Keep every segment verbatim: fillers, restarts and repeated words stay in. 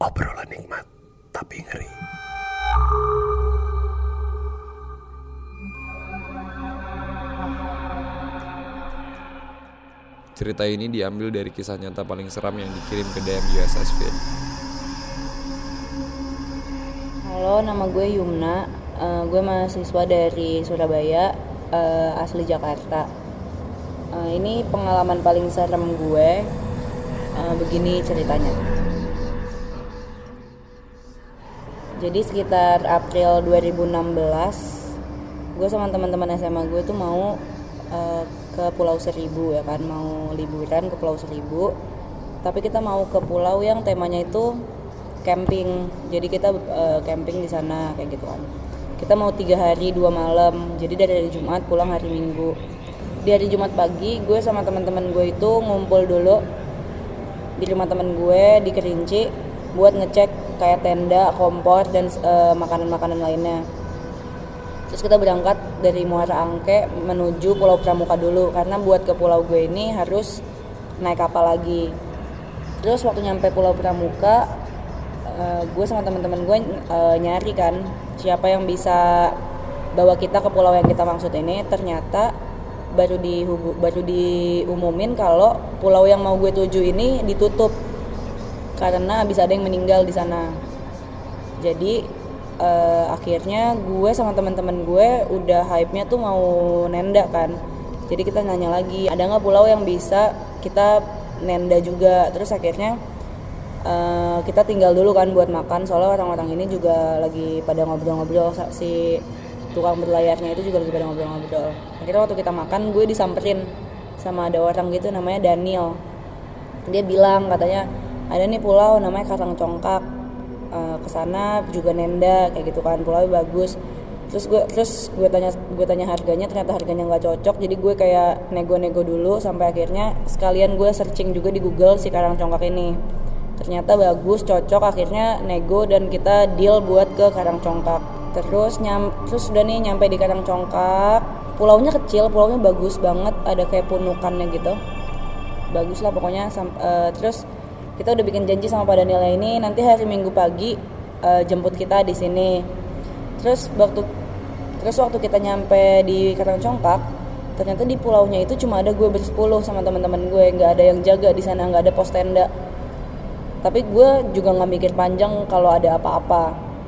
Obrolan nikmat tapi ngeri. Cerita ini diambil dari kisah nyata paling seram yang dikirim ke D M U S S Fit. Halo, nama gue Yumna. Uh, gue mahasiswa dari Surabaya, uh, asli Jakarta. Uh, ini pengalaman paling serem gue. Uh, begini ceritanya. Jadi sekitar April dua ribu enam belas, gue sama teman-teman S M A gue tuh mau uh, ke Pulau Seribu ya kan, mau liburan ke Pulau Seribu. Tapi kita mau ke pulau yang temanya itu camping. Jadi kita uh, camping di sana kayak gitu kan. Kita mau tiga hari dua malam. Jadi dari hari Jumat pulang hari Minggu. Di hari Jumat pagi gue sama teman-teman gue itu ngumpul dulu di rumah teman gue di Kerinci buat ngecek kayak tenda, kompor dan uh, makanan-makanan lainnya. Terus kita berangkat dari Muara Angke menuju Pulau Pramuka dulu, karena buat ke pulau gue ini harus naik kapal lagi. Terus waktu nyampe Pulau Pramuka, uh, gue sama teman-teman gue uh, nyari kan siapa yang bisa bawa kita ke pulau yang kita maksud ini. Ternyata baru dihubu, baru diumumin kalau pulau yang mau gue tuju ini ditutup karena bisa ada yang meninggal di sana. Jadi Uh, akhirnya gue sama teman-teman gue udah hype-nya tuh mau nenda kan. Jadi kita nanya lagi, ada nggak pulau yang bisa kita nenda juga. Terus akhirnya uh, kita tinggal dulu kan buat makan, soalnya orang-orang ini juga lagi pada ngobrol-ngobrol. Si tukang berlayarnya itu juga lagi pada ngobrol-ngobrol. Akhirnya waktu kita makan, gue disamperin sama ada orang gitu namanya Daniel. Dia bilang katanya ada nih pulau namanya Karang Congkak. Uh, kesana juga nenda kayak gitu kan, pulaunya bagus. Terus gue terus gue tanya gue tanya harganya, ternyata harganya nggak cocok. Jadi gue kayak nego-nego dulu sampai akhirnya sekalian gue searching juga di Google si Karang Congkak ini. Ternyata bagus, cocok. Akhirnya nego dan kita deal buat ke Karang Congkak. Terus nyam terus udah nih nyampe di Karang Congkak. Pulaunya kecil, pulaunya bagus banget, ada kayak punukannya gitu. Bagus lah pokoknya. Sam- uh, terus kita udah bikin janji sama Pak Daniel ini nanti hari Minggu pagi uh, jemput kita di sini. Terus waktu terus waktu kita nyampe di Karang Congkak, ternyata di pulaunya itu cuma ada gue bersepuluh sama teman-teman gue, nggak ada yang jaga di sana, nggak ada pos tenda. Tapi gue juga nggak mikir panjang kalau ada apa-apa.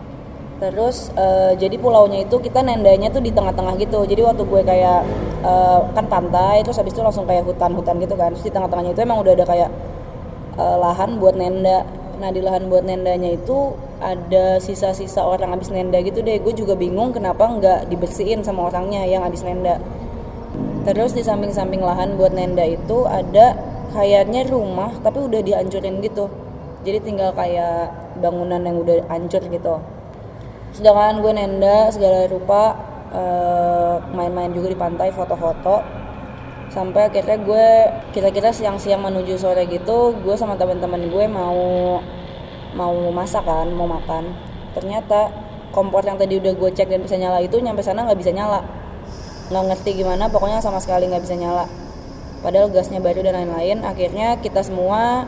Terus uh, jadi pulaunya itu kita nendanya tuh di tengah-tengah gitu. Jadi waktu gue kayak uh, kan pantai, terus habis itu langsung kayak hutan-hutan gitu kan. Terus di tengah-tengahnya itu emang udah ada kayak Uh, lahan buat nenda. Nah di lahan buat nendanya itu ada sisa-sisa orang habis nenda gitu deh. Gue juga bingung kenapa nggak dibersihin sama orangnya yang habis nenda. Terus di samping-samping lahan buat nenda itu ada kayaknya rumah tapi udah dihancurin gitu. Jadi tinggal kayak bangunan yang udah hancur gitu. Sedangkan gue nenda segala rupa, uh, main-main juga di pantai, foto-foto. Sampai akhirnya gue kira-kira siang-siang menuju sore gitu, gue sama teman-teman gue mau mau masak kan, mau makan. Ternyata kompor yang tadi udah gue cek dan bisa nyala itu nyampe sana nggak bisa nyala. Nggak ngerti gimana, pokoknya sama sekali nggak bisa nyala. Padahal gasnya baru dan lain-lain. Akhirnya kita semua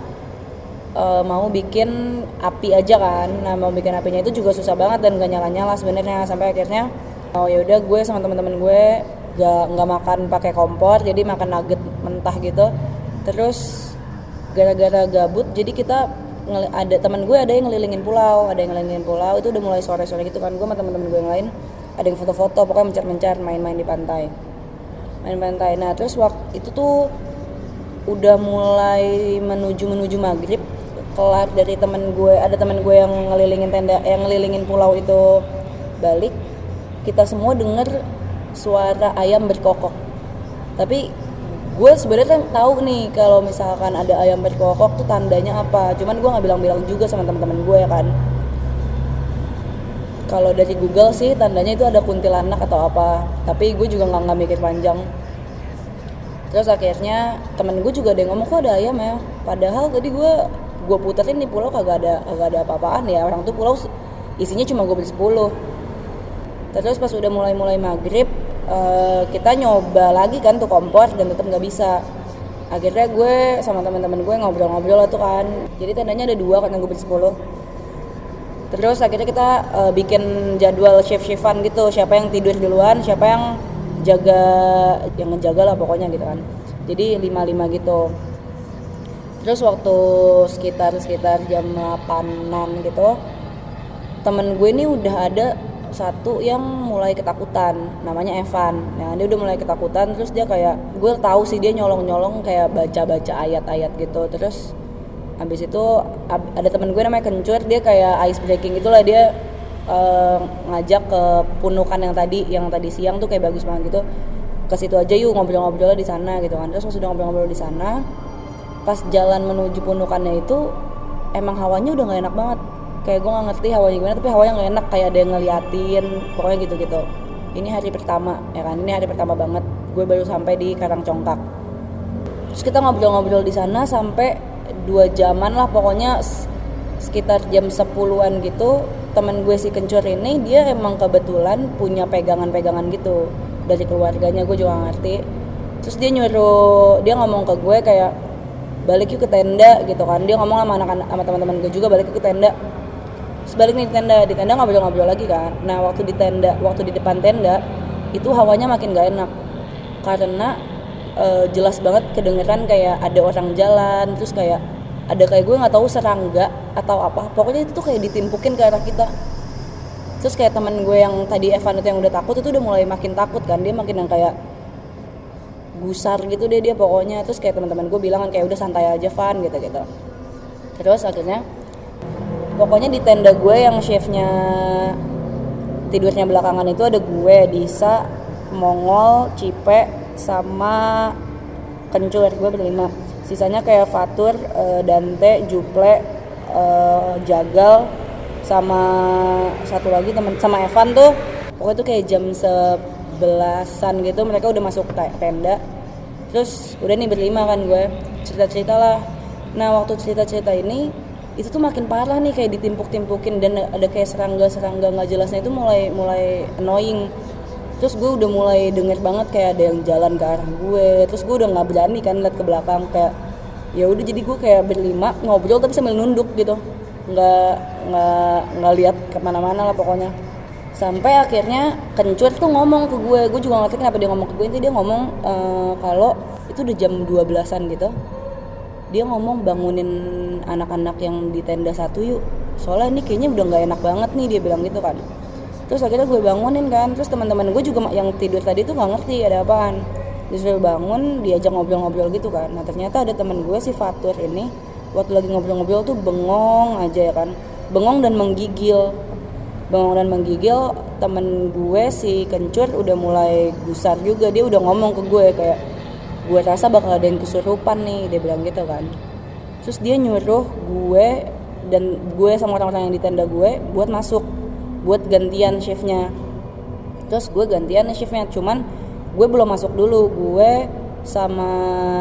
uh, mau bikin api aja kan. Nah mau bikin apinya itu juga susah banget dan nggak nyala-nyala sebenarnya. Sampai akhirnya oh ya udah gue sama teman-teman gue Gak, nggak makan pakai kompor, jadi makan nugget mentah gitu. Terus gara-gara gabut, jadi kita ada teman gue ada yang ngelilingin pulau, ada yang ngelilingin pulau itu udah mulai sore-sore gitu kan. Gue sama teman-teman gue yang lain ada yang foto-foto, pokoknya mencar-mencar main-main di pantai, main pantai. Nah terus waktu itu tuh udah mulai menuju menuju maghrib, kelar dari teman gue, ada teman gue yang ngelilingin tenda, yang ngelilingin pulau itu balik, kita semua denger suara ayam berkokok. Tapi gue sebenarnya tahu nih kalau misalkan ada ayam berkokok tuh tandanya apa. Cuman gue nggak bilang-bilang juga sama teman-teman gue ya kan. Kalau dari Google sih tandanya itu ada kuntilanak atau apa. Tapi gue juga nggak nggak mikir panjang. Terus akhirnya temen gue juga ada yang ngomong kok ada ayam ya. Padahal tadi gue gue puterin di pulau kagak ada kagak ada apa-apaan ya. Orang tuh pulau isinya cuma gue bersepuluh. Terus pas udah mulai-mulai maghrib, uh, kita nyoba lagi kan tuh kompor dan tetap nggak bisa. Akhirnya gue sama teman-teman gue ngobrol-ngobrol lah tuh kan. Jadi tendanya ada dua karena gue bersepuluh. Terus akhirnya kita uh, bikin jadwal shift-shiftan gitu, siapa yang tidur duluan, siapa yang jaga, yang ngejaga lah pokoknya gitu kan. Jadi lima lima gitu. Terus waktu sekitar sekitar jam delapanan gitu, temen gue ini udah ada satu yang mulai ketakutan, namanya Evan. Nah dia udah mulai ketakutan, terus dia kayak, gue tahu sih dia nyolong-nyolong kayak baca-baca ayat-ayat gitu. Terus habis itu ada temen gue namanya Kencur, dia kayak ice breaking gitulah, dia uh, ngajak ke Punukan yang tadi, yang tadi siang tuh kayak bagus banget gitu. Ke situ aja yuk ngobrol-ngobrol di sana gitu kan. Terus pas udah ngobrol-ngobrol di sana, pas jalan menuju Punukannya itu emang hawanya udah nggak enak banget. Kayak gue nggak ngerti hawanya gimana, tapi hawanya nggak enak, kayak ada yang ngeliatin, pokoknya gitu-gitu. Ini hari pertama, ya kan? Ini hari pertama banget. Gue baru sampai di Karangcongkak. Terus kita ngobrol-ngobrol di sana sampai dua jaman lah pokoknya, sekitar jam sepuluhan gitu. Temen gue si Kencur ini dia emang kebetulan punya pegangan-pegangan gitu dari keluarganya, gue juga gak ngerti. Terus dia nyuruh, dia ngomong ke gue kayak balik yuk ke tenda gitu kan. Dia ngomong sama anak-anak, sama teman-teman gue juga, balik yuk ke tenda. Terus balik nih di tenda, di tenda ngobrol-ngobrol lagi kan. Nah waktu di tenda, waktu di depan tenda itu hawanya makin gak enak karena uh, jelas banget kedengeran kayak ada orang jalan, terus kayak ada kayak gue nggak tahu serangga atau apa, pokoknya itu tuh kayak ditimpukin ke arah kita. Terus kayak teman gue yang tadi Evan itu yang udah takut itu udah mulai makin takut kan, dia makin yang kayak gusar gitu deh dia pokoknya. Terus kayak teman-teman gue bilang kan kayak udah santai aja Van gitu gitu. Terus akhirnya pokoknya di tenda gue yang shiftnya tidurnya belakangan itu ada gue, Disa, Mongol, Cipe, sama Kencur, gue berlima. Sisanya kayak Fatur, uh, Dante, Juple, uh, Jagal, sama satu lagi teman, sama Evan tuh. Pokoknya tuh kayak jam sebelasan gitu mereka udah masuk tenda. Terus udah nih berlima kan gue, cerita-cerita lah. Nah waktu cerita-cerita ini itu tuh makin parah nih, kayak ditimpuk-timpukin dan ada kayak serangga-serangga nggak jelasnya itu mulai mulai annoying. Terus gue udah mulai denger banget kayak ada yang jalan ke arah gue. Terus gue udah nggak berani kan lihat ke belakang, kayak ya udah jadi gue kayak berlima ngobrol tapi sambil nunduk gitu, nggak nggak nggak lihat kemana-mana lah pokoknya. Sampai akhirnya Kencur tuh ngomong ke gue, gue juga nggak ngerti kenapa dia ngomong ke gue. Itu dia ngomong uh, kalau itu udah jam dua belasan gitu. Dia ngomong bangunin anak-anak yang di tenda satu yuk, soalnya ini kayaknya udah nggak enak banget nih, dia bilang gitu kan. Terus akhirnya gue bangunin kan, terus teman-teman gue juga yang tidur tadi tuh nggak ngerti ada apaan. Disuruh bangun, diajak ngobrol-ngobrol gitu kan. Nah ternyata ada teman gue si Fatur ini, waktu lagi ngobrol-ngobrol tuh bengong aja ya kan, bengong dan menggigil, bengong dan menggigil. Temen gue si Kencur udah mulai gusar juga, dia udah ngomong ke gue kayak, gue rasa bakal ada yang kesurupan nih, dia bilang gitu kan. Terus dia nyuruh gue dan gue sama orang-orang yang di tenda gue buat masuk, buat gantian shiftnya. Terus gue gantian shiftnya, cuman gue belum masuk dulu. Gue sama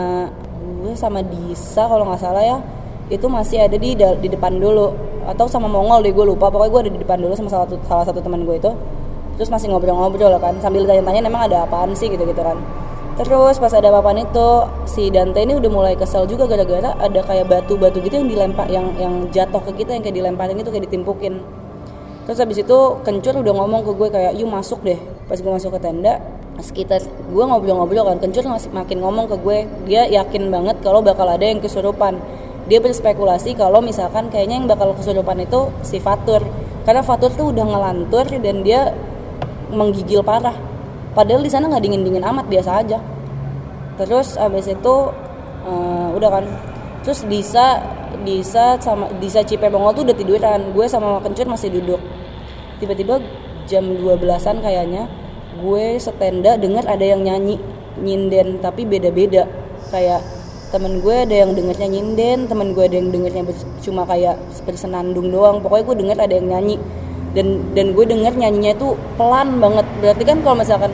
gue sama Disa kalau nggak salah ya, itu masih ada di di depan dulu, atau sama Mongol deh, gue lupa. Pokoknya gue ada di depan dulu sama salah satu salah satu teman gue itu. Terus masih ngobrol-ngobrol lah kan, sambil tanya-tanya emang ada apaan sih gitu-gitu kan. Terus pas ada apaan itu, si Dante ini udah mulai kesel juga gara-gara ada kayak batu-batu gitu yang dilempar, yang yang jatuh ke kita, yang kayak dilemparin itu, kayak ditimpukin. Terus habis itu Kencur udah ngomong ke gue kayak, yuk masuk deh. Pas gue masuk ke tenda, sekitar gue ngobrol-ngobrol kan, Kencur masih makin ngomong ke gue, dia yakin banget kalau bakal ada yang kesurupan. Dia berspekulasi kalau misalkan kayaknya yang bakal kesurupan itu si Fatur, karena Fatur tuh udah ngelantur dan dia menggigil parah. Padahal di sana nggak dingin-dingin amat, biasa aja. Terus abis itu uh, udah kan. Terus Disa, Disa sama Disa Cipe Bongol tuh udah tiduran. Gue sama Kencur masih duduk. Tiba-tiba jam dua belasan kayaknya, gue setenda dengar ada yang nyanyi nyinden, tapi beda-beda. Kayak temen gue ada yang dengernya nyinden, temen gue ada yang dengernya cuma kayak bersenandung doang. Pokoknya gue dengar ada yang nyanyi. Dan dan gue denger nyanyinya itu pelan banget. Berarti kan kalau misalkan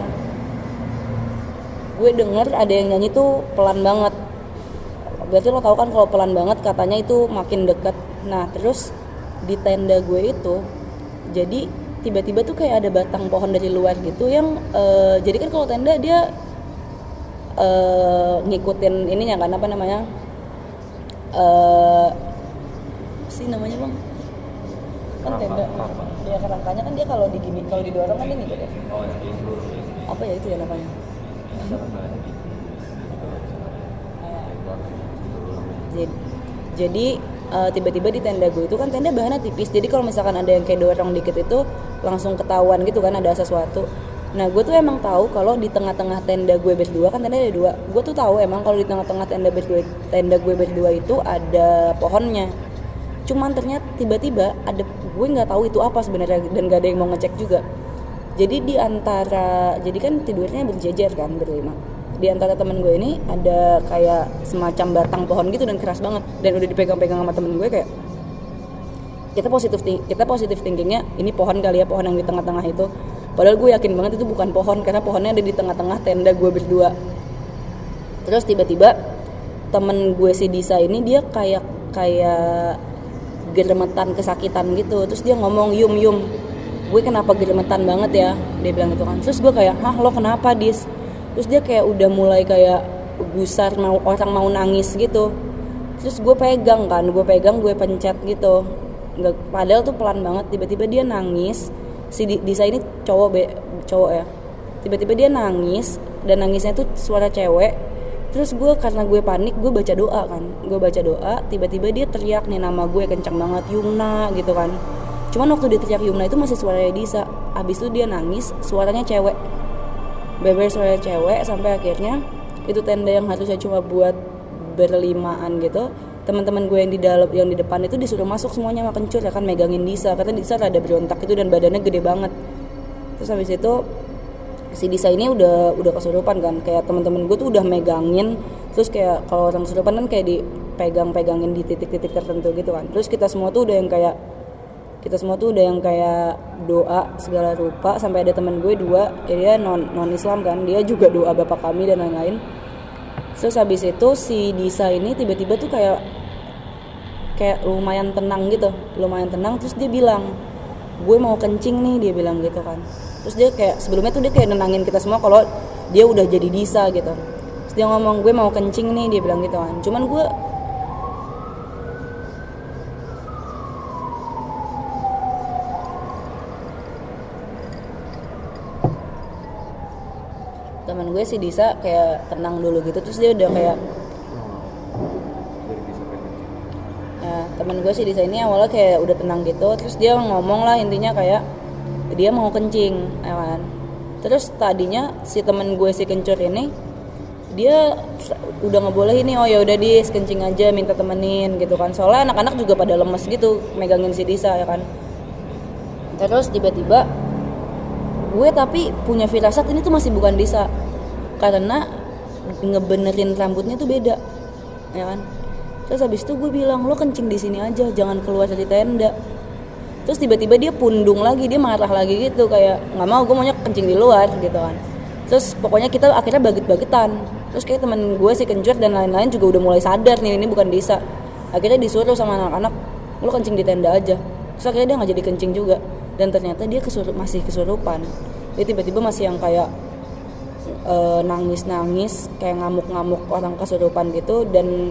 gue denger ada yang nyanyi tuh pelan banget, berarti lo tau kan kalau pelan banget katanya itu makin dekat. Nah terus di tenda gue itu, jadi tiba-tiba tuh kayak ada batang pohon dari luar gitu yang uh, jadi kan kalau tenda dia uh, ngikutin ininya kan, apa namanya uh, sih namanya bang, kan Kerangka, tenda kerangka. ya kerangkanya kan dia kalau digini kalau didorong kan dia ngikutin Oh ya, iya. apa ya itu ya namanya jadi, jadi uh, tiba-tiba di tenda gue itu kan tenda bahannya tipis, jadi kalau misalkan ada yang kayak dorong dikit itu langsung ketahuan gitu kan ada sesuatu. Nah gue tuh emang tahu kalau di tengah-tengah tenda gue berdua kan tenda ada dua, gue tuh tahu emang kalau di tengah-tengah tenda berdua tenda gue berdua itu ada pohonnya. Cuman ternyata tiba-tiba ada, gue nggak tahu itu apa sebenarnya dan gak ada yang mau ngecek juga. Jadi di antara, jadi kan tidurnya berjejer kan berlima. Di antara temen gue ini ada kayak semacam batang pohon gitu dan keras banget dan udah dipegang-pegang sama temen gue kayak kita positif kita positif thinkingnya ini pohon kali ya, pohon yang di tengah-tengah itu. Padahal gue yakin banget itu bukan pohon karena pohonnya ada di tengah-tengah tenda gue berdua. Terus tiba-tiba temen gue si Disa ini dia kayak kayak geremetan kesakitan gitu. Terus dia ngomong yum yum, gue kenapa geremetan banget ya, dia bilang gitu kan. Terus gue kayak hah lo kenapa Dis? Terus dia kayak udah mulai kayak gusar mau orang mau nangis gitu. Terus gue pegang kan, gue pegang gue pencet gitu. Nggak, padahal tuh pelan banget. Tiba-tiba dia nangis. Si Disa ini cowok be, cowok ya. Tiba-tiba dia nangis dan nangisnya tuh suara cewek. Terus gue karena gue panik gue baca doa kan. Gue baca doa. Tiba-tiba dia teriak nih nama gue kencang banget Yumna gitu kan. Cuman waktu dia teriak Yumna itu masih suaranya Disa. Abis itu dia nangis suaranya cewek. Beber suara cewek sampai akhirnya itu tenda yang harusnya cuma buat berlimaan gitu, teman-teman gue yang di dalam yang di depan itu disuruh masuk semuanya sama kencur ya kan megangin Disa karena Disa rada berontak itu dan badannya gede banget. Terus habis itu si Disa ini udah udah kesurupan kan, kayak teman-teman gue tuh udah megangin, terus kayak kalau orang kesurupan kan kayak dipegang-pegangin di titik-titik tertentu gitu kan. Terus kita semua tuh udah yang kayak kita semua tuh udah yang kayak doa segala rupa sampai ada teman gue dua ya dia non non Islam kan, dia juga doa Bapak kami dan lain-lain. Terus habis itu si Disa ini tiba-tiba tuh kayak kayak lumayan tenang gitu, lumayan tenang. Terus dia bilang gue mau kencing nih, dia bilang gitu kan. Terus dia kayak sebelumnya tuh dia kayak nenangin kita semua kalau dia udah jadi Disa gitu. Terus dia ngomong gue mau kencing nih, dia bilang gitu kan. Cuman gue teman gue si Disa kayak tenang dulu gitu. Terus dia udah kayak ya, teman gue si Disa ini awalnya kayak udah tenang gitu. Terus dia ngomong lah intinya kayak dia mau kencing ya kan. Terus tadinya si teman gue si kencur ini dia udah ngebolehin nih, oh ya udah Dis kencing aja minta temenin gitu kan. Soalnya anak-anak juga pada lemes gitu megangin si Disa ya kan. Terus tiba-tiba gue tapi punya firasat ini tuh masih bukan Disa karena ngebenerin rambutnya tuh beda ya kan. Terus habis itu gue bilang lo kencing di sini aja, jangan keluar dari tenda. Terus tiba-tiba dia pundung lagi, dia marah lagi gitu kayak nggak mau, gue maunya kencing di luar gitu kan. Terus pokoknya kita akhirnya baget-bagetan. Terus kayak temen gue si kencur dan lain-lain juga udah mulai sadar nih ini bukan Disa. Akhirnya disuruh sama anak-anak lo kencing di tenda aja. Terus akhirnya dia nggak jadi kencing juga. Dan ternyata dia kesurup, masih kesurupan. Dia tiba-tiba masih yang kayak e, nangis-nangis, kayak ngamuk-ngamuk orang kesurupan gitu. Dan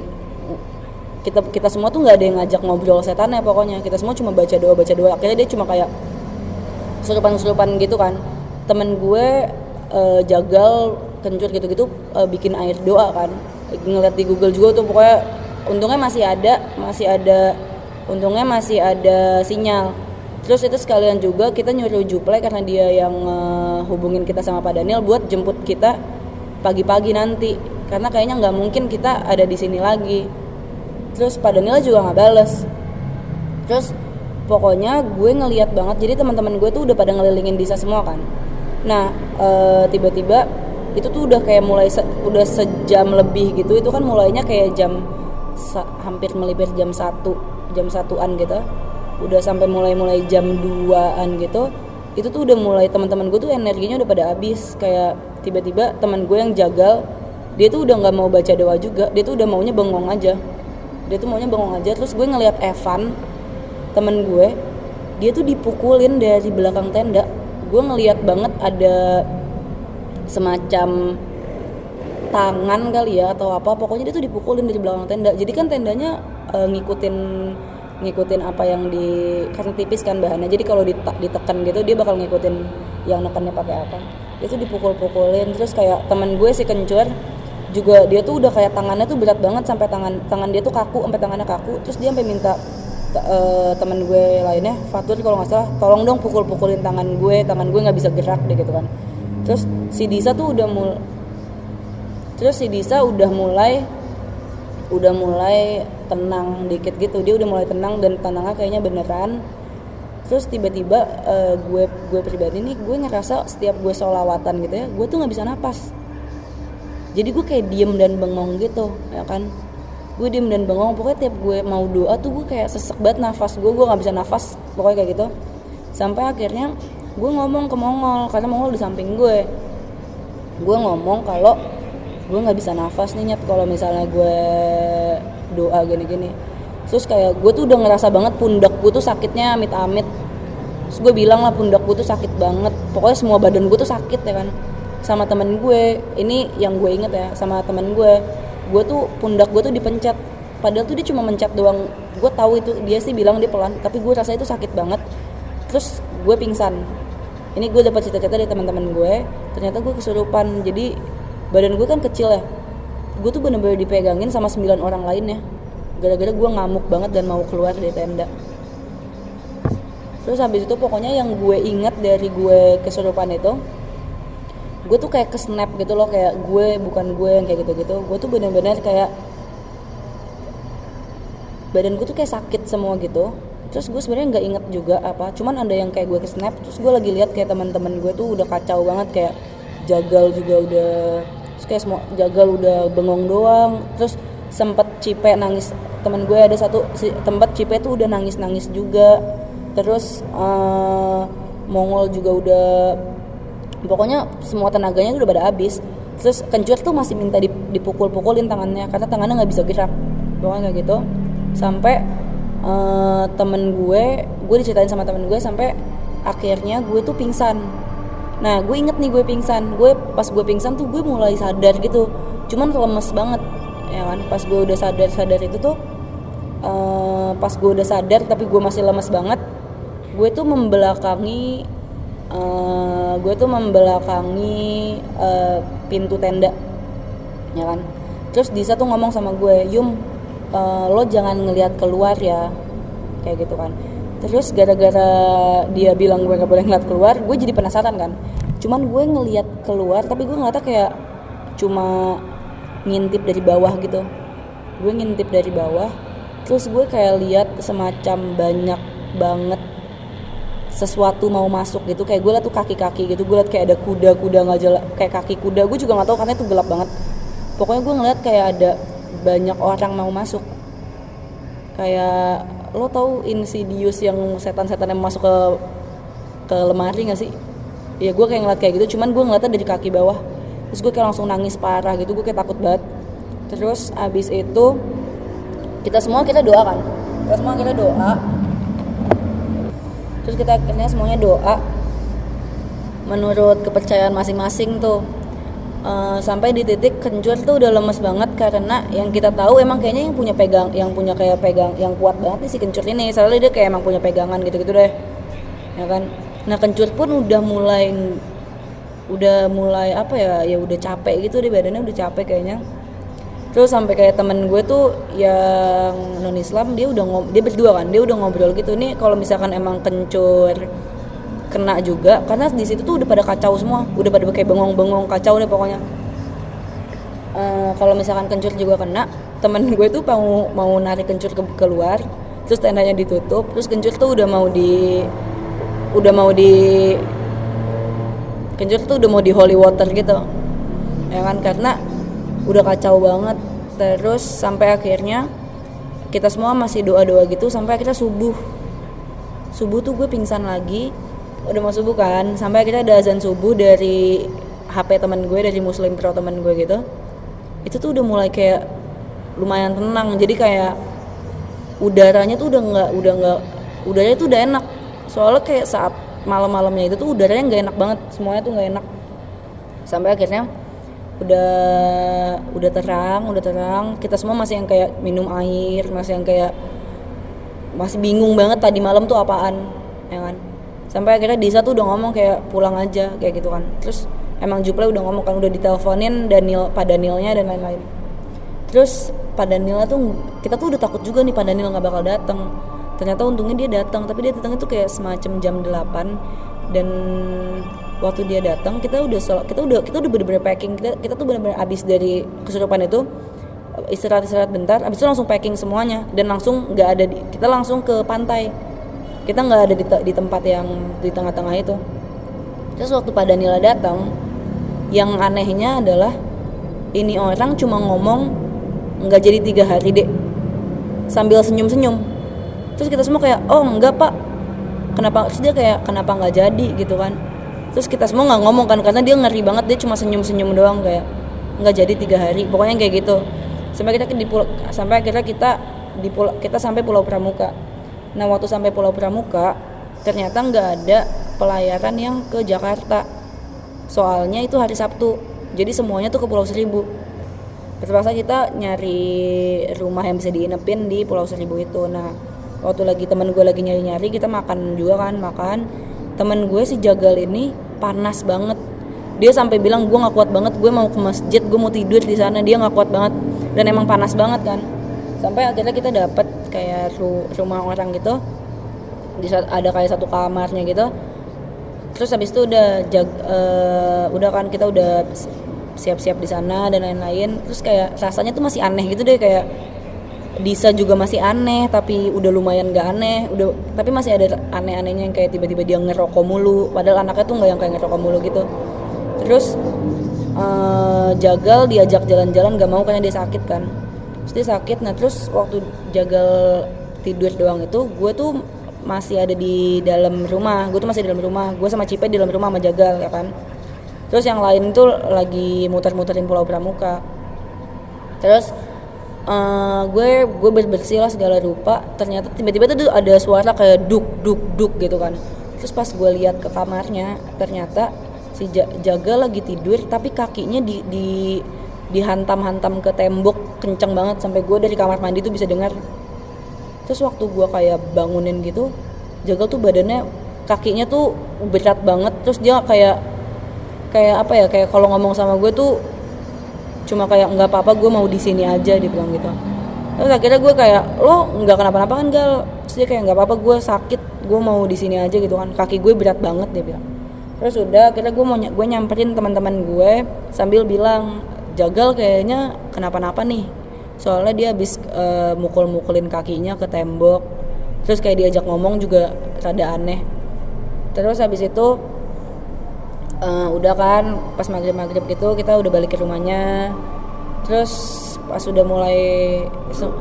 kita kita semua tuh nggak ada yang ngajak ngobrol setannya pokoknya. Kita semua cuma baca doa baca doa. Akhirnya dia cuma kayak kesurupan-kesurupan gitu kan. Temen gue e, jagal kencur gitu-gitu e, bikin air doa kan. Ngeliat di Google juga tuh pokoknya untungnya masih ada masih ada untungnya masih ada sinyal. Terus itu sekalian juga kita nyuruh Juple karena dia yang uh, hubungin kita sama Pak Daniel buat jemput kita pagi-pagi nanti karena kayaknya nggak mungkin kita ada di sini lagi. Terus Pak Daniel juga nggak bales. Terus pokoknya gue ngelihat banget, jadi teman-teman gue tuh udah pada ngelilingin Disa semua kan. Nah uh, tiba-tiba itu tuh udah kayak mulai se- udah sejam lebih gitu. Itu kan mulainya kayak jam sa- hampir melipir jam satu jam satuan gitu. Udah sampai mulai-mulai jam duaan gitu. Itu tuh udah mulai teman-teman gue tuh energinya udah pada habis. Kayak tiba-tiba teman gue yang jagal, dia tuh udah nggak mau baca doa juga. Dia tuh udah maunya bengong aja. Dia tuh maunya bengong aja. Terus gue ngelihat Evan, temen gue, dia tuh dipukulin dari belakang tenda. Gue ngelihat banget ada semacam tangan kali ya atau apa. Pokoknya dia tuh dipukulin dari belakang tenda. Jadi kan tendanya e, ngikutin ngikutin apa yang di, karena tipis kan bahannya, jadi kalau ditekan gitu dia bakal ngikutin yang nekannya pakai apa. Itu dipukul-pukulin, terus kayak teman gue si kencur juga, dia tuh udah kayak tangannya tuh berat banget sampai tangan tangan dia tuh kaku, sampai tangannya kaku. Terus dia sampai minta uh, teman gue lainnya, Fatur kalau nggak salah, tolong dong pukul-pukulin tangan gue, tangan gue nggak bisa gerak deh gitu kan. Terus si Disa tuh udah mul terus si Disa udah mulai udah mulai tenang dikit gitu, dia udah mulai tenang dan tenangnya kayaknya beneran. Terus tiba-tiba uh, gue gue pribadi nih, gue ngerasa setiap gue sholawatan gitu ya, gue tuh nggak bisa napas. Jadi gue kayak diem dan bengong gitu, ya kan? Gue diem dan bengong, pokoknya tiap gue mau doa tuh gue kayak sesek banget nafas gue, gue nggak bisa nafas, pokoknya kayak gitu. Sampai akhirnya gue ngomong ke Mongol, karena Mongol di samping gue. Gue ngomong kalau gue nggak bisa nafas nih Nyet, kalau misalnya gue doa gini-gini. Terus kayak gue tuh udah ngerasa banget pundak gue tuh sakitnya amit-amit. Terus gue bilang lah pundak gue tuh sakit banget, pokoknya semua badan gue tuh sakit ya kan. Sama temen gue, ini yang gue inget ya, sama temen gue, gue tuh pundak gue tuh dipencet, padahal tuh dia cuma mencet doang. Gue tahu itu dia sih bilang dia pelan, tapi gue rasa itu sakit banget. Terus gue pingsan. Ini gue dapat cerita-cerita dari teman-teman gue, ternyata gue kesurupan. Jadi badan gue kan kecil ya, gue tuh bener-bener dipegangin sama sembilan orang lainnya, gara-gara gue ngamuk banget dan mau keluar dari tenda. Terus habis itu pokoknya yang gue inget dari gue kesurupan itu, gue tuh kayak kesnap gitu loh, kayak gue bukan gue yang kayak gitu-gitu. Gue tuh benar-benar kayak badan gue tuh kayak sakit semua gitu. Terus gue sebenarnya nggak inget juga apa, cuman ada yang kayak gue kesnap. Terus gue lagi lihat kayak teman-teman gue tuh udah kacau banget, kayak Jagal juga udah, terus kayak semua Jagal udah bengong doang. Terus sempet Cipe nangis, teman gue ada satu si, tempat Cipe tuh udah nangis-nangis juga. Terus uh, Mongol juga udah, pokoknya semua tenaganya udah pada habis. Terus Kencur tuh masih minta dipukul-pukulin tangannya karena tangannya nggak bisa gerak, pokoknya kayak gitu. Sampai uh, temen gue, gue diceritain sama temen gue sampai akhirnya gue tuh pingsan. Nah gue inget nih gue pingsan, gue pas gue pingsan tuh gue mulai sadar gitu, cuman lemes banget, ya kan. Pas gue udah sadar-sadar itu tuh, uh, pas gue udah sadar tapi gue masih lemes banget, gue tuh membelakangi Uh, gue tuh membelakangi uh, pintu tenda, ya kan. Terus Disa tuh ngomong sama gue, Yum, uh, lo jangan ngelihat keluar ya, kayak gitu kan. Terus gara-gara dia bilang gue gak boleh ngeliat keluar, gue jadi penasaran kan. Cuman gue ngelihat keluar, tapi gue ngeliatnya kayak cuma ngintip dari bawah gitu. Gue ngintip dari bawah, terus gue kayak lihat semacam banyak banget sesuatu mau masuk gitu. Kayak gue liat tuh kaki-kaki gitu, gue liat kayak ada kuda-kuda nggak jelas, kayak kaki kuda, gue juga nggak tahu karena itu gelap banget. Pokoknya gue ngeliat kayak ada banyak orang mau masuk, kayak lo tahu Insidious yang setan-setan yang masuk ke ke lemari nggak sih? Ya gue kayak ngeliat kayak gitu, cuman gue ngeliatnya dari kaki bawah. Terus gue kayak langsung nangis parah gitu, gue kayak takut banget. Terus abis itu kita semua kita doa kan, kita semua kita doa. Terus kita akhirnya semuanya doa menurut kepercayaan masing-masing tuh. Uh, sampai di titik Kencur tuh udah lemes banget karena yang kita tahu emang kayaknya yang punya pegang, yang punya kayak pegang, yang kuat banget nih si Kencur ini. Soalnya dia kayak emang punya pegangan gitu-gitu deh, ya kan. Nah Kencur pun udah mulai, udah mulai apa ya, ya udah capek gitu deh, badannya udah capek kayaknya. Terus sampai kayak temen gue tuh yang non Islam, dia udah ngob- dia berdua kan, dia udah ngobrol gitu nih kalau misalkan emang Kencur kena juga, karena di situ tuh udah pada kacau semua, udah pada kayak bengong-bengong kacau nih pokoknya. Uh, kalau misalkan Kencur juga kena, temen gue tuh mau mau narik Kencur ke keluar, terus tendanya ditutup, terus Kencur tuh udah mau di udah mau di Kencur tuh udah mau di holy water gitu, ya kan, karena udah kacau banget. Terus sampai akhirnya kita semua masih doa-doa gitu sampai akhirnya subuh. Subuh tuh gue pingsan lagi, udah mau subuh kan, sampai akhirnya ada azan subuh dari H P teman gue, dari Muslim Pro teman gue gitu. Itu tuh udah mulai kayak lumayan tenang, jadi kayak udaranya tuh udah nggak udah nggak udaranya tuh udah enak. Soalnya kayak saat malam-malamnya itu tuh udaranya nggak enak banget, semuanya tuh nggak enak. Sampai akhirnya udah udah terang, udah terang. Kita semua masih yang kayak minum air, masih yang kayak masih bingung banget tadi malam tuh apaan, ya kan. Sampai akhirnya Disa tuh udah ngomong kayak pulang aja kayak gitu kan. Terus emang Juple udah ngomong kan, udah diteleponin Daniel, Pak Danielnya dan lain-lain. Terus Pak Danielnya tuh kita tuh udah takut juga nih Pak Daniel nggak bakal datang. Ternyata untungnya dia datang, tapi dia datang itu kayak semacam jam delapan dan waktu dia datang kita udah kita udah kita udah bener-bener packing, kita kita tuh bener-bener abis dari kesurupan itu istirahat-istirahat bentar, abis itu langsung packing semuanya dan langsung nggak ada di, kita langsung ke pantai. Kita nggak ada di, di tempat yang di tengah-tengah itu. Terus waktu Pak Danila datang, yang anehnya adalah ini orang cuma ngomong nggak jadi tiga hari deh, sambil senyum-senyum. Terus kita semua kayak oh enggak Pak, kenapa? Terus dia kayak kenapa nggak jadi gitu kan. Terus kita semua nggak ngomong kan karena dia ngeri banget, dia cuma senyum-senyum doang kayak nggak jadi tiga hari, pokoknya kayak gitu. Sampai kita di pulau, sampai akhirnya kita di pulau, kita sampai Pulau Pramuka. Nah waktu sampai Pulau Pramuka ternyata nggak ada pelayaran yang ke Jakarta, soalnya itu hari Sabtu, jadi semuanya tuh ke Pulau Seribu. Terpaksa kita nyari rumah yang bisa diinepin di Pulau Seribu itu. Nah waktu lagi temen gue lagi nyari-nyari, kita makan juga kan, makan. Temen gue si Jagal ini panas banget, dia sampai bilang gue nggak kuat banget, gue mau ke masjid, gue mau tidur di sana, dia nggak kuat banget dan emang panas banget kan. Sampai akhirnya kita dapet kayak ru- rumah orang gitu, di ada kayak satu kamarnya gitu. Terus habis itu udah jag, uh, udah kan kita udah siap-siap di sana dan lain-lain. Terus kayak rasanya tuh masih aneh gitu deh, kayak Disa juga masih aneh tapi udah lumayan gak aneh, udah tapi masih ada aneh-anehnya yang kayak tiba-tiba dia ngerokok mulu, padahal anaknya tuh nggak yang kayak ngerokok mulu gitu. Terus uh, Jagal diajak jalan-jalan gak mau karena dia sakit kan. Terus dia sakit, nah terus waktu Jagal tidur doang itu gue tuh masih ada di dalam rumah, gue tuh masih di dalam rumah, gue sama Cipe di dalam rumah sama Jagal ya kan. Terus yang lain tuh lagi muter-muterin Pulau Pramuka. Terus uh, gue gue bersih lah segala rupa, ternyata tiba-tiba tuh ada suara kayak duk duk duk gitu kan. Terus pas gue lihat ke kamarnya, ternyata si Jagal lagi tidur tapi kakinya di di dihantam-hantam ke tembok kenceng banget sampai gue dari kamar mandi tuh bisa dengar. Terus waktu gue kayak bangunin gitu, Jagal tuh badannya, kakinya tuh berat banget. Terus dia kayak kayak apa ya, kayak kalau ngomong sama gue tuh cuma kayak nggak apa-apa, gue mau di sini aja, dia bilang gitu. Terus akhirnya gue kayak lo nggak kenapa-napa kan Gal? Terus dia kayak nggak apa-apa, gue sakit, gue mau di sini aja gitu kan, kaki gue berat banget, dia bilang. Terus udah akhirnya gue mau gue nyamperin teman-teman gue sambil bilang Jagal kayaknya kenapa-napa nih, soalnya dia habis uh, mukul-mukulin kakinya ke tembok, terus kayak diajak ngomong juga rada aneh. Terus habis itu uh, udah kan pas maghrib-maghrib gitu kita udah balik ke rumahnya. Terus pas udah mulai so,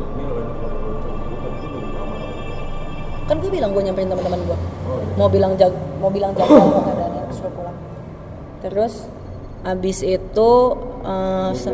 kan gue bilang gue nyamperin teman-teman gue mau bilang jag mau bilang Jagal kok keadaannya terus gue pulang. Terus abis itu uh, se-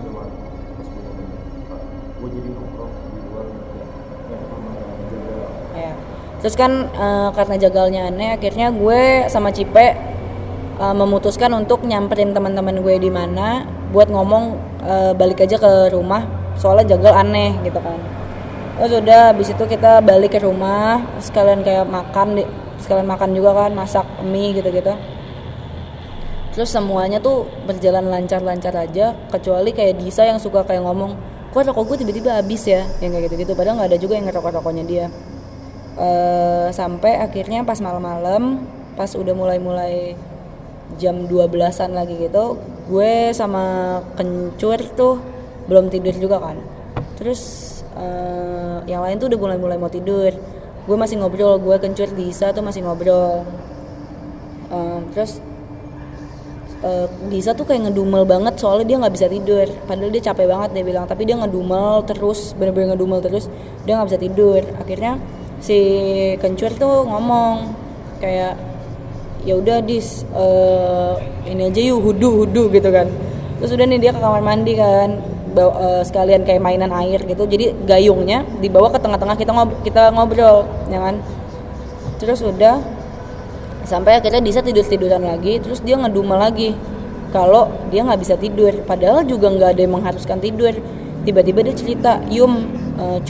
ya. Terus kan uh, karena Jagalnya aneh, akhirnya gue sama Cipe uh, memutuskan untuk nyamperin teman-teman gue di mana buat ngomong uh, balik aja ke rumah, soalnya Jagal aneh gitu kan. Terus udah habis itu kita balik ke rumah, sekalian kayak makan, sekalian makan juga kan, masak mie gitu-gitu. Terus semuanya tuh berjalan lancar-lancar aja, kecuali kayak Disa yang suka kayak ngomong, kok rokok gue tiba-tiba habis ya, yang kayak gitu-gitu. Padahal nggak ada juga yang ngerokok-rokoknya dia. Uh, sampai akhirnya pas malam-malam, pas udah mulai-mulai jam dua belasan lagi gitu, gue sama Kencur tuh belum tidur juga kan. Terus uh, yang lain tuh udah mulai-mulai mau tidur. Gue masih ngobrol, gue Kencur Disa tuh masih ngobrol. Uh, terus Uh, Disa tuh kayak ngedumel banget soalnya dia nggak bisa tidur, padahal dia capek banget dia bilang, tapi dia ngedumel terus, bener-bener ngedumel terus, dia nggak bisa tidur. Akhirnya si Kencur tuh ngomong kayak ya udah Dis, uh, ini aja yuk hudu hudu gitu kan. Terus udah nih dia ke kamar mandi kan, bawa, uh, sekalian kayak mainan air gitu, jadi gayungnya dibawa ke tengah-tengah, kita ngob- kita ngobrol ya kan. Terus udah sampai akhirnya Disa tidur-tiduran lagi, terus dia ngedumel lagi kalau dia nggak bisa tidur, padahal juga nggak ada yang mengharuskan tidur. Tiba-tiba dia cerita, Yum, uh, Cur,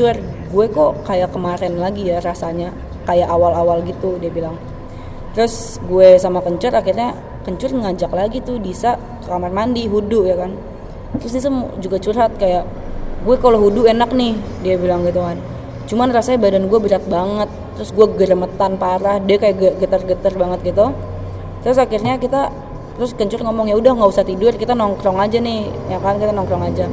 gue kok kayak kemarin lagi ya rasanya, kayak awal-awal gitu, dia bilang. Terus gue sama Kencur akhirnya Kencur ngajak lagi tuh Disa ke kamar mandi hudu ya kan. Terus Disa juga curhat kayak, gue kalau hudu enak nih, dia bilang gitu kan. Cuman rasanya badan gue berat banget, terus gue geremetan parah, dia kayak getar-getar banget gitu. Terus akhirnya kita, terus Kencur ngomong ya udah nggak usah tidur, kita nongkrong aja nih, ya kan, kita nongkrong aja.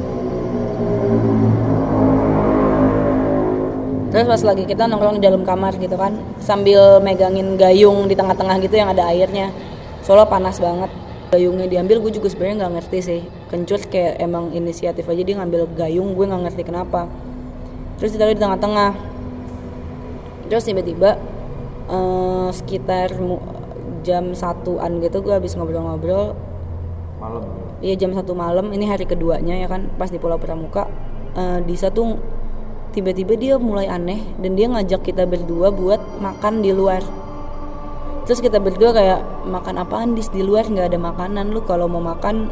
Terus pas lagi kita nongkrong di dalam kamar gitu kan, sambil megangin gayung di tengah-tengah gitu yang ada airnya, soalnya panas banget. Gayungnya diambil, gue juga sebenarnya nggak ngerti sih. Kencur kayak emang inisiatif aja dia ngambil gayung, gue nggak ngerti kenapa. Terus ditaruh di tengah-tengah. Terus tiba-tiba eh, sekitar jam satuan gitu, gue habis ngobrol-ngobrol. Malam. Iya jam satu malam, ini hari keduanya ya kan, pas di Pulau Pramuka. Eh, Disa tuh tiba-tiba dia mulai aneh dan dia ngajak kita berdua buat makan di luar. Terus kita berdua kayak, makan apaan Dis, di luar nggak ada makanan, lu kalau mau makan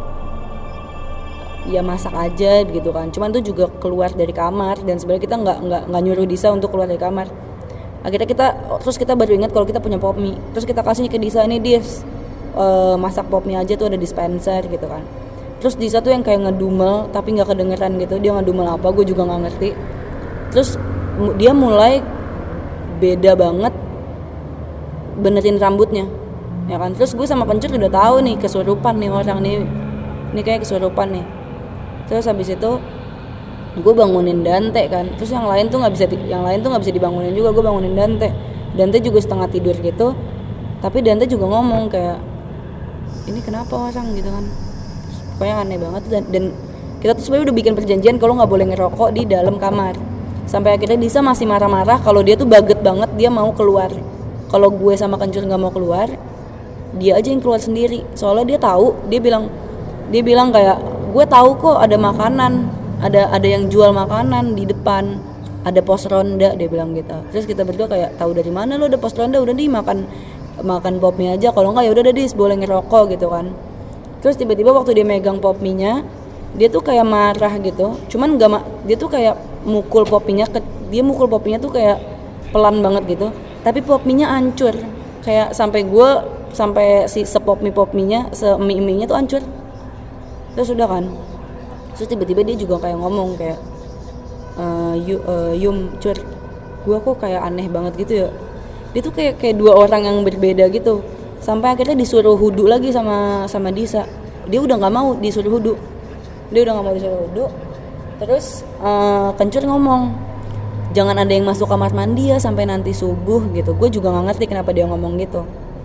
ya masak aja gitu kan. Cuman tuh juga keluar dari kamar dan sebenarnya kita nggak nggak nggak nyuruh Disa untuk keluar dari kamar. Akhirnya kita terus kita baru ingat kalau kita punya pop mie. Terus kita kasih ke Disa, ini Dis, uh, masak pop mie aja tuh, ada dispenser gitu kan. Terus Disa tuh yang kayak ngedumel tapi nggak kedengeran gitu, dia ngedumel apa gue juga nggak ngerti. Terus dia mulai beda banget benerin rambutnya, ya kan. Terus gue sama Kencur udah tahu nih kesurupan nih orang nih, ini kayak kesurupan nih. Terus habis itu gue bangunin Dante kan. Terus yang lain tuh nggak bisa, yang lain tuh nggak bisa dibangunin juga. Gue bangunin Dante. Dante juga setengah tidur gitu. Tapi Dante juga ngomong kayak, ini kenapa orang gitu kan. Pokoknya aneh banget. Dan, dan kita tuh sebenarnya udah bikin perjanjian kalau nggak boleh ngerokok di dalam kamar. Sampai akhirnya Disa masih marah-marah kalau dia tuh baget banget, dia mau keluar. Kalau gue sama Kencur nggak mau keluar, dia aja yang keluar sendiri. Soalnya dia tahu, dia bilang, dia bilang kayak, gue tahu kok ada makanan, ada ada yang jual makanan di depan, ada pos ronda, dia bilang gitu. Terus kita berdua kayak, tahu dari mana lo ada pos ronda, udah nih makan makan pop mie aja, kalau nggak ya udah Dis boleh ngerokok gitu kan. Terus tiba-tiba waktu dia megang pop mie-nya, dia tuh kayak marah gitu. Cuman nggak, ma- dia tuh kayak mukul pop mie-nya, ke, dia mukul pop mie-nya tuh kayak pelan banget gitu. Tapi pop mie-nya hancur, kayak sampai gue sampai si sepop mie pop mie-nya, se mie mie-nya tuh hancur. Terus udah kan, terus tiba-tiba dia juga kayak ngomong kayak, e, yu, uh, Yum, Cur, gue kok kayak aneh banget gitu ya. Dia tuh kayak kayak dua orang yang berbeda gitu. Sampai akhirnya disuruh hudu lagi sama sama Disa. Dia udah nggak mau disuruh hudu, dia udah nggak mau disuruh hudu. Terus uh, Kencur ngomong, jangan ada yang masuk kamar mandi ya sampai nanti subuh gitu. Gue juga nggak ngerti kenapa dia ngomong gitu.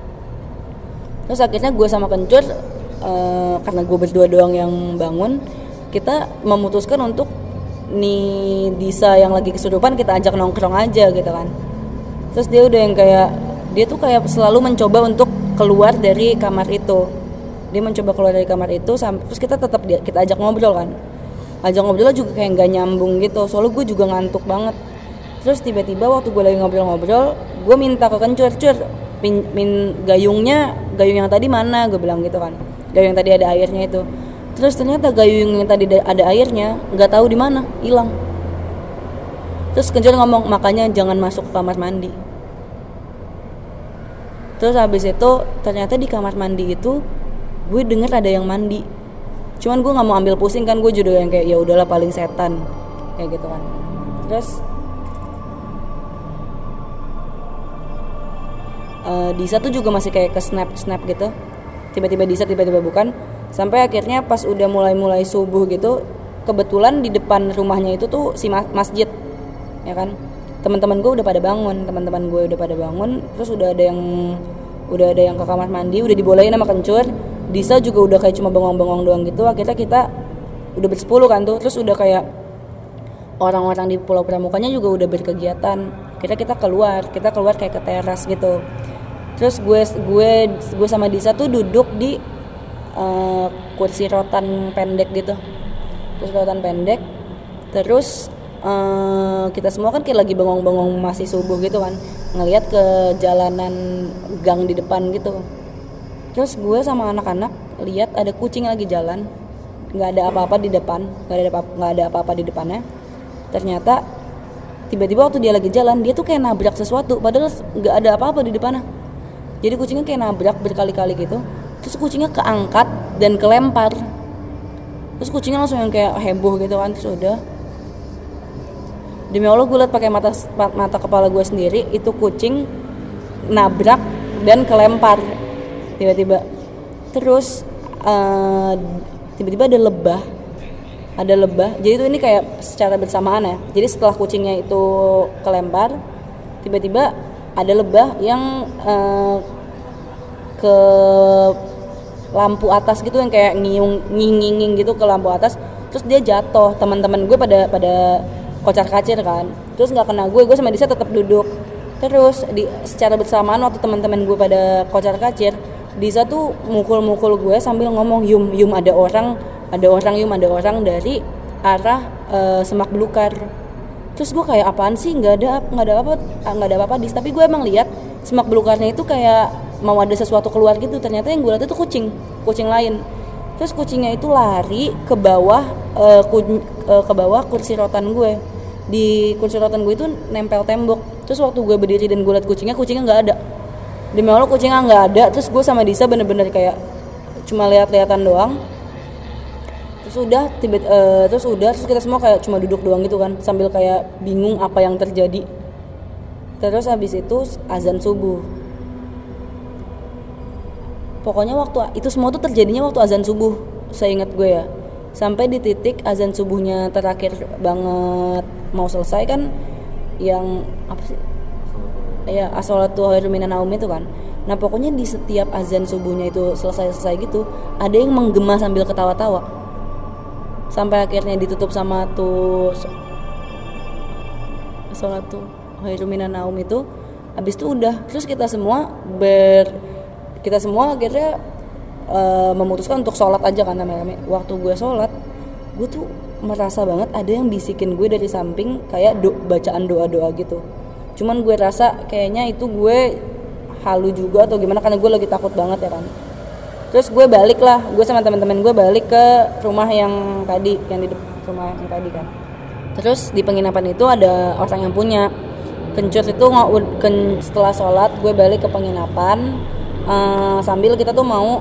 Terus akhirnya gue sama Kencur, uh, karena gue berdua doang yang bangun, kita memutuskan untuk nih Disa yang lagi kesurupan kita ajak nongkrong aja gitu kan. Terus dia udah yang kayak, dia tuh kayak selalu mencoba untuk keluar dari kamar itu. Dia mencoba keluar dari kamar itu, terus kita tetap kita ajak ngobrol kan. Ajak ngobrol juga kayak nggak nyambung gitu. Soalnya gue juga ngantuk banget. Terus tiba-tiba waktu gue lagi ngobrol-ngobrol, gue minta ke Kencur, Cur, pin, min gayungnya, gayung yang tadi mana? Gue bilang gitu kan. Gayung yang tadi ada airnya itu. Terus ternyata gayung yang tadi ada airnya nggak tahu di mana, hilang. Terus Kencur ngomong, makanya jangan masuk ke kamar mandi. Terus habis itu ternyata di kamar mandi itu gue denger ada yang mandi. Cuman gue nggak mau ambil pusing kan, gue juga yang kayak ya udahlah paling setan kayak gitu kan. Terus uh, Disa tuh juga masih kayak ke snap snap gitu. Tiba-tiba Disa, tiba-tiba bukan. Sampai akhirnya pas udah mulai-mulai subuh gitu, kebetulan di depan rumahnya itu tuh si masjid, ya kan. Teman-teman gue udah pada bangun, teman-teman gue udah pada bangun. Terus udah ada yang udah ada yang ke kamar mandi, udah dibolehin sama Kencur. Disa juga udah kayak cuma bengong-bengong doang gitu. Akhirnya kita udah bersepuluh kan tuh. Terus udah kayak orang-orang di Pulau Pramukanya juga udah berkegiatan. Akhirnya kita keluar, kita keluar kayak ke teras gitu. Terus gue gue gue sama Disa tuh duduk di uh, kursi rotan pendek gitu. Kursi rotan pendek. Terus uh, kita semua kan kayak lagi bengong-bengong masih subuh gitu kan, ngelihat ke jalanan gang di depan gitu. Terus gue sama anak-anak lihat ada kucing lagi jalan, nggak ada apa-apa di depan, nggak ada apa nggak ada apa-apa di depannya. Ternyata tiba-tiba waktu dia lagi jalan dia tuh kayak nabrak sesuatu padahal nggak ada apa-apa di depannya. Jadi kucingnya kayak nabrak berkali-kali gitu, terus kucingnya keangkat dan kelempar, terus kucingnya langsung yang kayak heboh gitu kan. Terus udah, demi Allah gue liat pakai mata mata kepala gue sendiri itu kucing nabrak dan kelempar tiba-tiba. Terus uh, tiba-tiba ada lebah ada lebah jadi itu ini kayak secara bersamaan ya. Jadi setelah kucingnya itu kelempar, tiba-tiba ada lebah yang uh, ke lampu atas gitu, yang kayak ngiung nginging gitu ke lampu atas. Terus dia jatuh, teman-teman gue pada pada kocar-kacir kan. Terus nggak kena gue, gue sama Disa tetap duduk. Terus di secara bersamaan waktu teman-teman gue pada kocar-kacir, Disa tuh mukul-mukul gue sambil ngomong, yum yum ada orang ada orang yum ada orang dari arah uh, Semak Belukar. Terus gue kayak apaan sih, nggak ada nggak ada apa nggak ada apa-apa Dis. Tapi gue emang lihat Semak Belukarnya itu kayak mau ada sesuatu keluar gitu. Ternyata yang gue lihat itu kucing kucing lain. Terus kucingnya itu lari ke bawah uh, ku, uh, ke bawah kursi rotan gue. Di kursi rotan gue itu nempel tembok. Terus waktu gue berdiri dan gue lihat kucingnya kucingnya nggak ada. Demi Allah kucingnya nggak ada. Terus gue sama Disa bener-bener kayak cuma lihat-lihatan doang. Terus udah tiba uh, terus udah terus kita semua kayak cuma duduk doang gitu kan, sambil kayak bingung apa yang terjadi. Terus habis itu azan subuh. Pokoknya waktu itu semua tuh terjadinya waktu azan subuh, saya ingat gue ya. Sampai di titik azan subuhnya terakhir banget mau selesai kan, yang apa sih? Ya, as-sholatu khairum minan naum itu kan. Nah, pokoknya di setiap azan subuhnya itu selesai-selesai gitu, ada yang menggema sambil ketawa-tawa. Sampai akhirnya ditutup sama tuh sholatu khairum minan naum itu. Habis itu udah, terus kita semua ber kita semua akhirnya uh, memutuskan untuk sholat aja kan rame-rame. Waktu gue sholat, gue tuh merasa banget ada yang bisikin gue dari samping kayak do, bacaan doa-doa gitu. Cuman gue rasa kayaknya itu gue halu juga atau gimana, karena gue lagi takut banget ya kan. Terus gue balik lah, gue sama teman-teman gue balik ke rumah yang tadi, yang di rumah yang tadi kan. Terus di penginapan itu ada orang yang punya. Kencut itu ken, setelah sholat gue balik ke penginapan uh, sambil kita tuh mau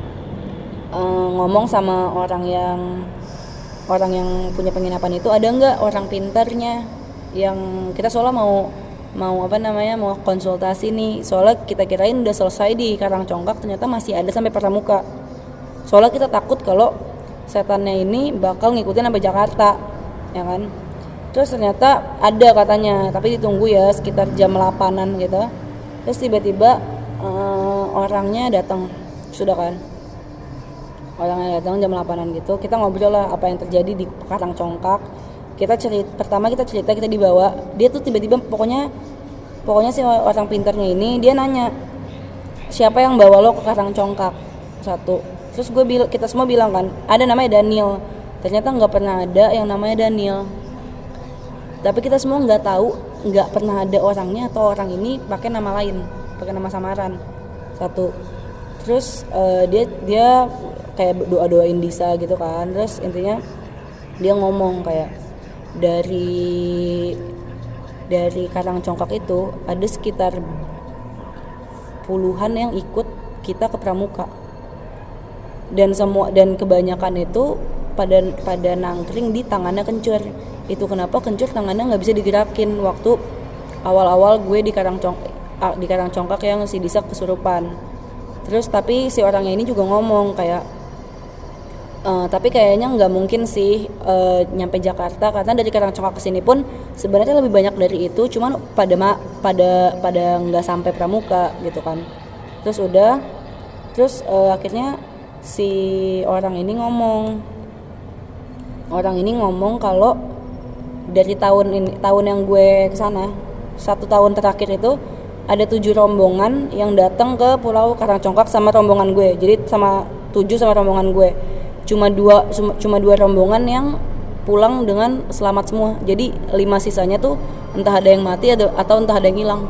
uh, ngomong sama orang yang orang yang punya penginapan itu, ada nggak orang pintarnya yang kita soalnya mau mau apa namanya mau konsultasi nih, soalnya kita kirain udah selesai di Karangcongkak, ternyata masih ada sampai Pramuka. Soalnya kita takut kalau setannya ini bakal ngikutin sampai Jakarta, ya kan. Terus ternyata ada katanya, tapi ditunggu ya sekitar jam delapanan gitu. Terus tiba-tiba uh, orangnya datang, sudah kan. Orangnya datang jam delapanan gitu. Kita ngobrol lah apa yang terjadi di Karangcongkak. Kita cerita, pertama kita cerita kita dibawa. Dia tuh tiba-tiba pokoknya pokoknya si orang pintarnya ini dia nanya, siapa yang bawa lo ke Karangcongkak? Satu. Terus gue bilang, kita semua bilang kan, ada namanya Daniel. Ternyata nggak pernah ada yang namanya Daniel. Tapi kita semua nggak tahu, nggak pernah ada orangnya atau orang ini pakai nama lain, pakai nama samaran. Satu. Terus uh, dia dia kayak doa-doain Disa gitu kan. Terus intinya dia ngomong kayak dari dari Karangcongkak itu ada sekitar puluhan yang ikut kita ke Pramuka, dan semua dan kebanyakan itu pada pada nangkring di tangannya Kencur. Itu kenapa Kencur tangannya nggak bisa digerakin waktu awal-awal gue di Karangcongkak di Karangcongkak yang si Disa kesurupan. Terus tapi si orangnya ini juga ngomong kayak Uh, tapi kayaknya nggak mungkin sih uh, nyampe Jakarta, karena dari Karangcongkak kesini pun sebenarnya lebih banyak dari itu, cuman pada ma- pada pada nggak sampai Pramuka gitu kan. Terus udah, terus uh, akhirnya si orang ini ngomong, orang ini ngomong kalau dari tahun ini tahun yang gue kesana satu tahun terakhir itu ada tujuh rombongan yang datang ke Pulau Karangcongkak sama rombongan gue. Jadi sama tujuh sama rombongan gue. Cuma dua cuma dua rombongan yang pulang dengan selamat semua. Jadi lima sisanya tuh entah ada yang mati atau entah ada yang hilang.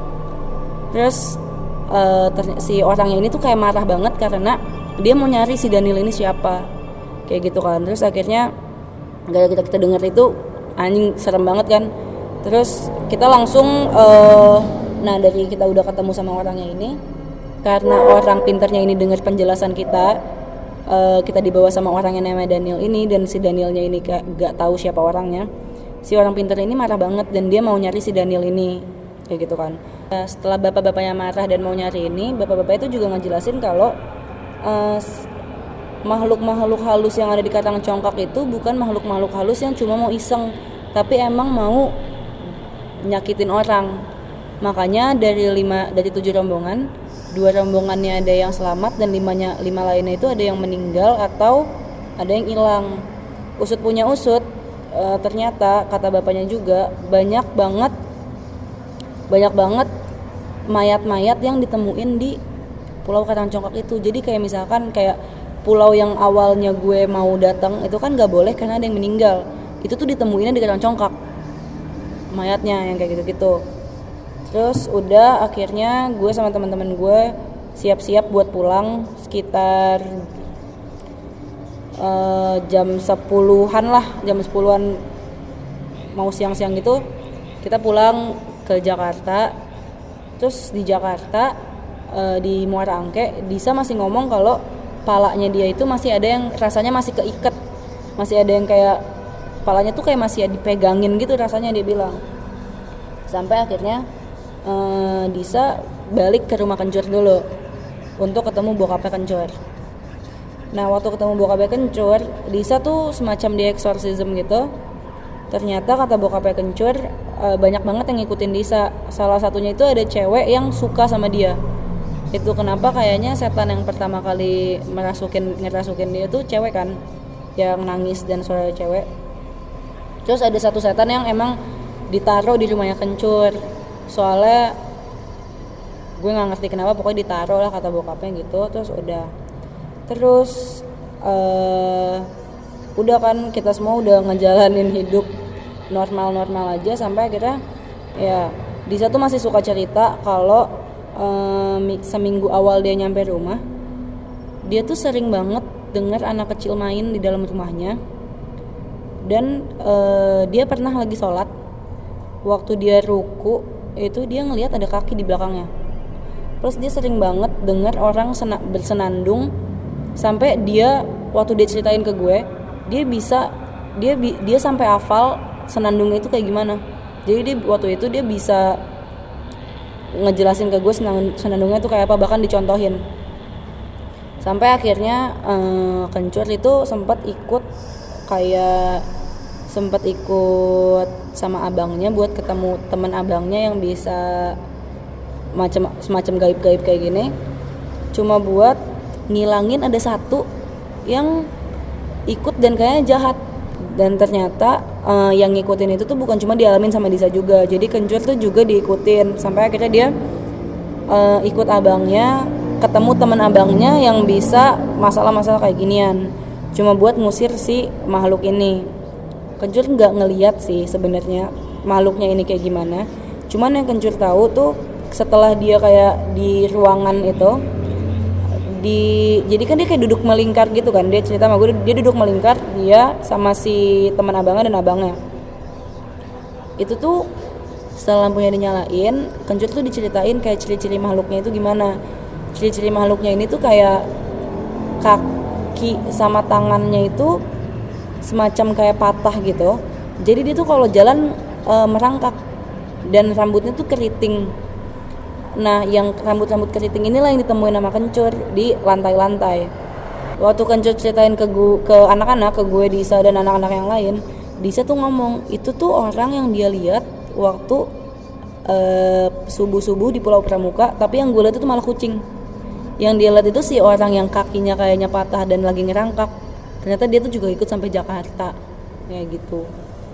Terus uh, ter- si orangnya ini tuh kayak marah banget karena dia mau nyari si Daniel ini siapa, kayak gitu kan. Terus akhirnya gara kita kita dengar itu anjing serem banget kan. Terus kita langsung uh, nah dari kita udah ketemu sama orangnya ini, karena orang pinternya ini dengar penjelasan kita, uh, kita dibawa sama orang yang namanya Daniel ini, dan si Danielnya ini gak, gak tahu siapa orangnya. Si orang pinter ini marah banget dan dia mau nyari si Daniel ini, kayak gitu kan. Uh, setelah bapak-bapaknya marah dan mau nyari ini, bapak-bapak itu juga ngejelasin kalau uh, makhluk-makhluk halus yang ada di Karang Congkak itu bukan makhluk-makhluk halus yang cuma mau iseng, tapi emang mau nyakitin orang. Makanya dari lima dari tujuh rombongan, dua rombongannya ada yang selamat dan limanya lima lainnya itu ada yang meninggal atau ada yang hilang. Usut punya usut, e, ternyata kata bapaknya juga banyak banget banyak banget mayat-mayat yang ditemuin di Pulau Karang Congkak itu. Jadi kayak misalkan kayak pulau yang awalnya gue mau datang itu kan nggak boleh karena ada yang meninggal. Itu tuh ditemuinnya di Karang Congkak mayatnya yang kayak gitu-gitu. Terus udah akhirnya gue sama teman-teman gue siap-siap buat pulang sekitar uh, jam sepuluhan lah, jam sepuluhan mau siang-siang gitu kita pulang ke Jakarta. Terus di Jakarta uh, di Muara Angke, Disa masih ngomong kalau palanya dia itu masih ada yang rasanya masih keiket, masih ada yang kayak palanya tuh kayak masih dipegangin gitu rasanya, dia bilang. Sampai akhirnya Uh, Disa balik ke rumah Kencur dulu untuk ketemu bokapnya Kencur. Nah waktu ketemu bokapnya Kencur, Disa tuh semacam di exorcism gitu. Ternyata kata bokapnya Kencur uh, banyak banget yang ngikutin Disa. Salah satunya itu ada cewek yang suka sama dia. Itu kenapa kayaknya setan yang pertama kali merasukin ngerasukin dia tuh cewek kan, yang nangis dan suara cewek. Terus ada satu setan yang emang ditaruh di rumahnya Kencur. Soalnya gue nggak ngerti kenapa, pokoknya ditaruh lah kata bokapnya gitu. Terus udah terus uh, udah kan kita semua udah ngejalanin hidup normal-normal aja sampai akhirnya ya Disa tuh masih suka cerita kalau uh, seminggu awal dia nyampe rumah dia tuh sering banget dengar anak kecil main di dalam rumahnya. Dan uh, dia pernah lagi sholat, waktu dia ruku itu dia ngelihat ada kaki di belakangnya. Terus dia sering banget dengar orang sena, bersenandung sampai dia waktu dia ceritain ke gue, dia bisa dia dia sampai hafal senandungnya itu kayak gimana. Jadi dia waktu itu dia bisa ngejelasin ke gue senandungnya itu kayak apa, bahkan dicontohin. Sampai akhirnya eh, Kencur itu sempat ikut kayak sempat ikut sama abangnya buat ketemu teman abangnya yang bisa macam semacam gaib-gaib kayak gini, cuma buat ngilangin ada satu yang ikut dan kayaknya jahat. Dan ternyata uh, yang ngikutin itu tuh bukan cuma dialamin sama Disa juga, jadi Kencur tuh juga diikutin. Sampai akhirnya dia uh, ikut abangnya, ketemu teman abangnya yang bisa masalah-masalah kayak ginian, cuma buat ngusir si makhluk ini. Kencur nggak ngelihat sih sebenarnya makhluknya ini kayak gimana. Cuman yang Kencur tahu tuh setelah dia kayak di ruangan itu, di jadi kan dia kayak duduk melingkar gitu kan. Dia cerita sama gue, dia duduk melingkar dia sama si teman abangnya dan abangnya. Itu tuh setelah lampunya dinyalain, Kencur tuh diceritain kayak ciri-ciri makhluknya itu gimana. Ciri-ciri makhluknya ini tuh kayak kaki sama tangannya itu semacam kayak patah gitu. Jadi dia tuh kalau jalan e, merangkak dan rambutnya tuh keriting. Nah, yang rambut-rambut keriting inilah yang ditemuin sama Kencur di lantai-lantai. Waktu Kencur ceritain ke gue, ke anak-anak, ke gue, Disa dan anak-anak yang lain, Disa tuh ngomong itu tuh orang yang dia lihat waktu e, subuh-subuh di Pulau Pramuka, tapi yang gue lihat itu malah kucing. Yang dia lihat itu si orang yang kakinya kayaknya patah dan lagi ngerangkak. Ternyata dia tuh juga ikut sampai Jakarta kayak gitu.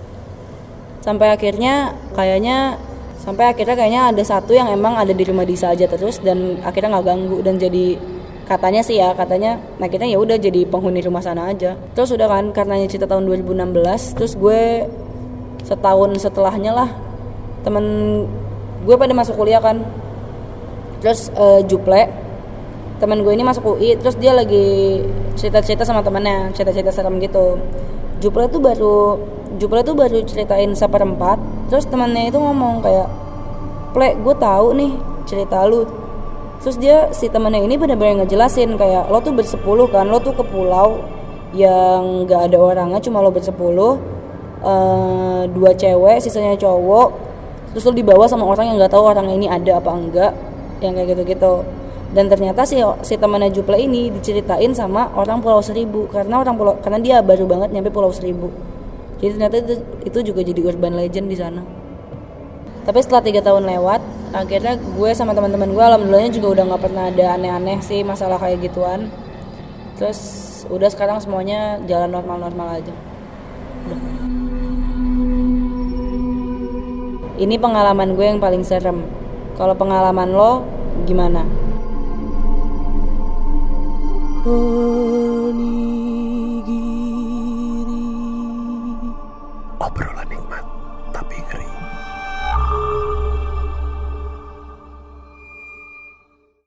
Sampai akhirnya kayaknya sampai akhirnya kayaknya ada satu yang emang ada di rumah Disa aja terus dan akhirnya nggak ganggu dan jadi katanya sih ya katanya nah kita ya udah jadi penghuni rumah sana aja. Terus udah kan karenanya cerita tahun dua ribu enam belas, terus gue setahun setelahnya lah temen gue pada masuk kuliah kan. Terus uh, Juple teman gue ini masuk U I, terus dia lagi cerita-cerita sama temannya, cerita-cerita serem gitu. Juple tuh baru Juple tuh baru ceritain seperempat Terus temannya itu ngomong kayak, "Ple, gue tahu nih cerita lu." Terus dia, si temannya ini benar-benar ngejelasin kayak, lo tuh bersepuluh kan, lo tuh ke pulau yang nggak ada orangnya, cuma lo bersepuluh, uh, dua cewek, sisanya cowok. Terus lo dibawa sama orang yang nggak tahu orang ini ada apa enggak, yang kayak gitu-gitu. Dan ternyata si si temannya Juple ini diceritain sama orang Pulau Seribu karena orang pulau karena dia baru banget nyampe Pulau Seribu. Jadi ternyata itu, itu juga jadi urban legend di sana. Tapi setelah tiga tahun lewat, akhirnya gue sama teman-teman gue alhamdulillahnya juga udah nggak pernah ada aneh-aneh sih masalah kayak gituan. Terus udah sekarang semuanya jalan normal-normal aja. Udah. Ini pengalaman gue yang paling serem. Kalau pengalaman lo gimana? Oh,